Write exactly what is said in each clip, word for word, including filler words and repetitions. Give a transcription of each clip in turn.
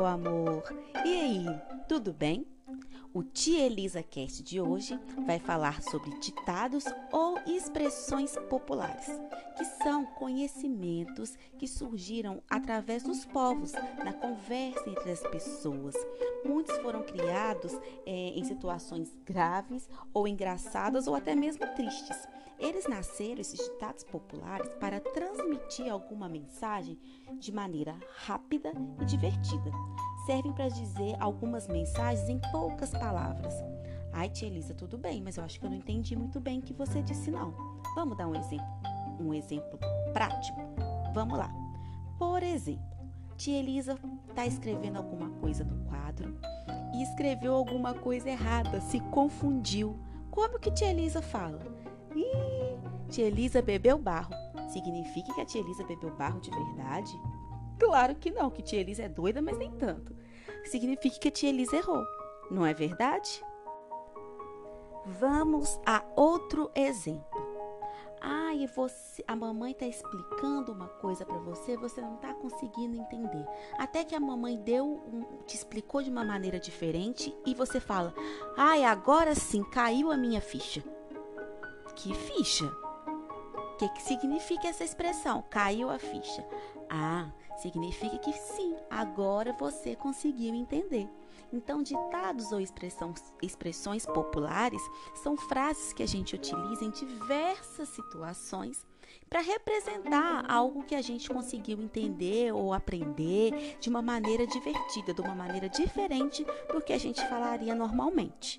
meu amor! E aí, tudo bem? O Tia Elisa Cast de hoje vai falar sobre ditados ou expressões populares, que são conhecimentos que surgiram através dos povos, na conversa entre as pessoas. Muitos foram criados é, em situações graves ou engraçadas ou até mesmo tristes. Eles nasceram, esses ditados populares, para transmitir alguma mensagem de maneira rápida e divertida. Servem para dizer algumas mensagens em poucas palavras. Ai, tia Elisa, tudo bem, mas eu acho que eu não entendi muito bem o que você disse, não. Vamos dar um exemplo, um exemplo prático? Vamos lá. Por exemplo, tia Elisa está escrevendo alguma coisa no quadro e escreveu alguma coisa errada, se confundiu. Como que tia Elisa fala? Ih, tia Elisa bebeu barro. Significa que a tia Elisa bebeu barro de verdade? Claro que não, que tia Elisa é doida, mas nem tanto. Significa que a tia Elisa errou, não é verdade? Vamos a outro exemplo. Ah, e você, a mamãe está explicando uma coisa para você, você não está conseguindo entender. Até que a mamãe deu um, te explicou de uma maneira diferente e você fala: ai, agora sim caiu a minha ficha. Que ficha? O que, que significa essa expressão? Caiu a ficha. Ah, significa que sim, agora você conseguiu entender. Então, ditados ou expressão, expressões populares são frases que a gente utiliza em diversas situações para representar algo que a gente conseguiu entender ou aprender de uma maneira divertida, de uma maneira diferente do que a gente falaria normalmente.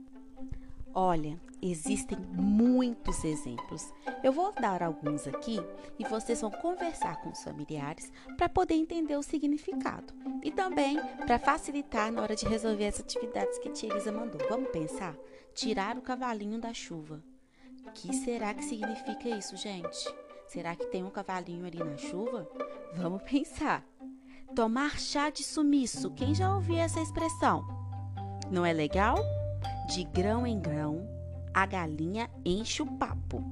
Olha, existem muitos exemplos. Eu vou dar alguns aqui e vocês vão conversar com os familiares para poder entender o significado e também para facilitar na hora de resolver as atividades que a tia Elisa mandou. Vamos pensar? Tirar o cavalinho da chuva. O que será que significa isso, gente? Será que tem um cavalinho ali na chuva? Vamos pensar. Tomar chá de sumiço. Quem já ouviu essa expressão? Não é legal? De grão em grão, a galinha enche o papo.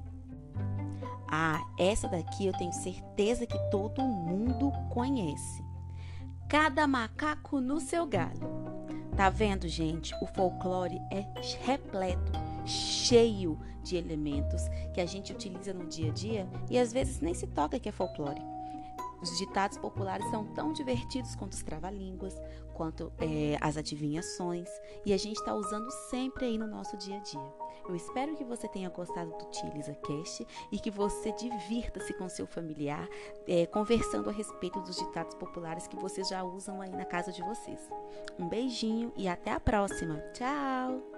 Ah, essa daqui eu tenho certeza que todo mundo conhece. Cada macaco no seu galho. Tá vendo, gente? O folclore é repleto, cheio de elementos que a gente utiliza no dia a dia e às vezes nem se toca que é folclore. Os ditados populares são tão divertidos quanto os trava-línguas, quanto é, as adivinhações, e a gente está usando sempre aí no nosso dia a dia. Eu espero que você tenha gostado do Tia Elisa Cast e que você divirta-se com seu familiar, é, conversando a respeito dos ditados populares que vocês já usam aí na casa de vocês. Um beijinho e até a próxima. Tchau!